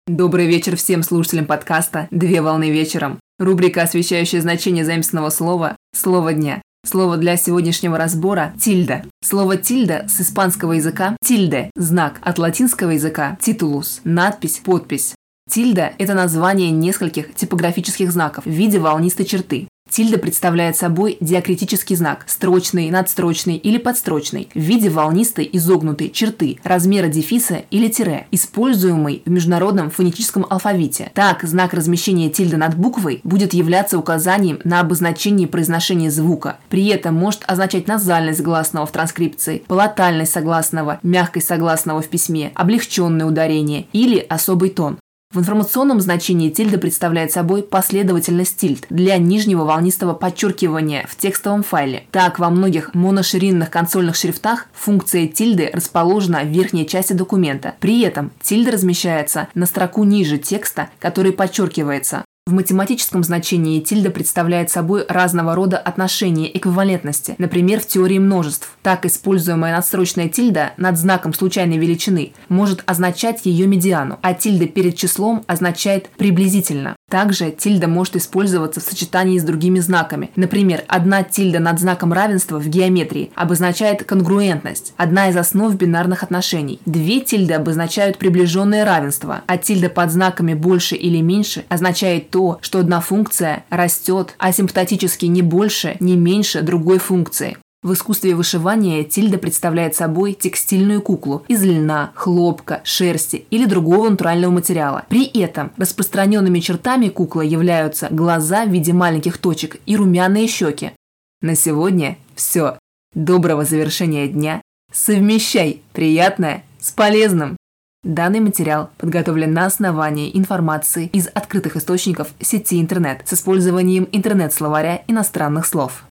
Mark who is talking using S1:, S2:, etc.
S1: Добрый вечер всем слушателям подкаста «Две волны вечером». Рубрика, освещающая значение заимственного слова «Слово дня». Слово для сегодняшнего разбора – тильда. Слово тильда с испанского языка «тильде» – знак, от латинского языка «титулус» – надпись, подпись. Тильда – это название нескольких типографических знаков в виде волнистой черты. Тильда представляет собой диакритический знак – строчный, надстрочный или подстрочный, в виде волнистой изогнутой черты, размера дефиса или тире, используемый в международном фонетическом алфавите. Так, знак размещения тильды над буквой будет являться указанием на обозначение произношения звука. При этом может означать назальность гласного в транскрипции, палатальность согласного, мягкость согласного в письме, облегченное ударение или особый тон. В информационном значении тильда представляет собой последовательность тильд для нижнего волнистого подчеркивания в текстовом файле. Так, во многих моноширинных консольных шрифтах функция тильды расположена в верхней части документа. При этом тильда размещается на строку ниже текста, который подчеркивается. В математическом значении тильда представляет собой разного рода отношения эквивалентности, например, в теории множеств. Так, используемая надстрочная тильда над знаком случайной величины может означать ее медиану, а тильда перед числом означает приблизительно. Также тильда может использоваться в сочетании с другими знаками. Например, одна тильда над знаком равенства в геометрии обозначает конгруентность, одна из основ бинарных отношений. Две тильды обозначают приближенное равенство, а тильда под знаками больше или меньше означает то, что одна функция растет асимптотически не больше, не меньше другой функции. В искусстве вышивания тильда представляет собой текстильную куклу из льна, хлопка, шерсти или другого натурального материала. При этом распространенными чертами куклы являются глаза в виде маленьких точек и румяные щеки. На сегодня все. Доброго завершения дня. Совмещай приятное с полезным. Данный материал подготовлен на основании информации из открытых источников сети интернет с использованием интернет-словаря иностранных слов.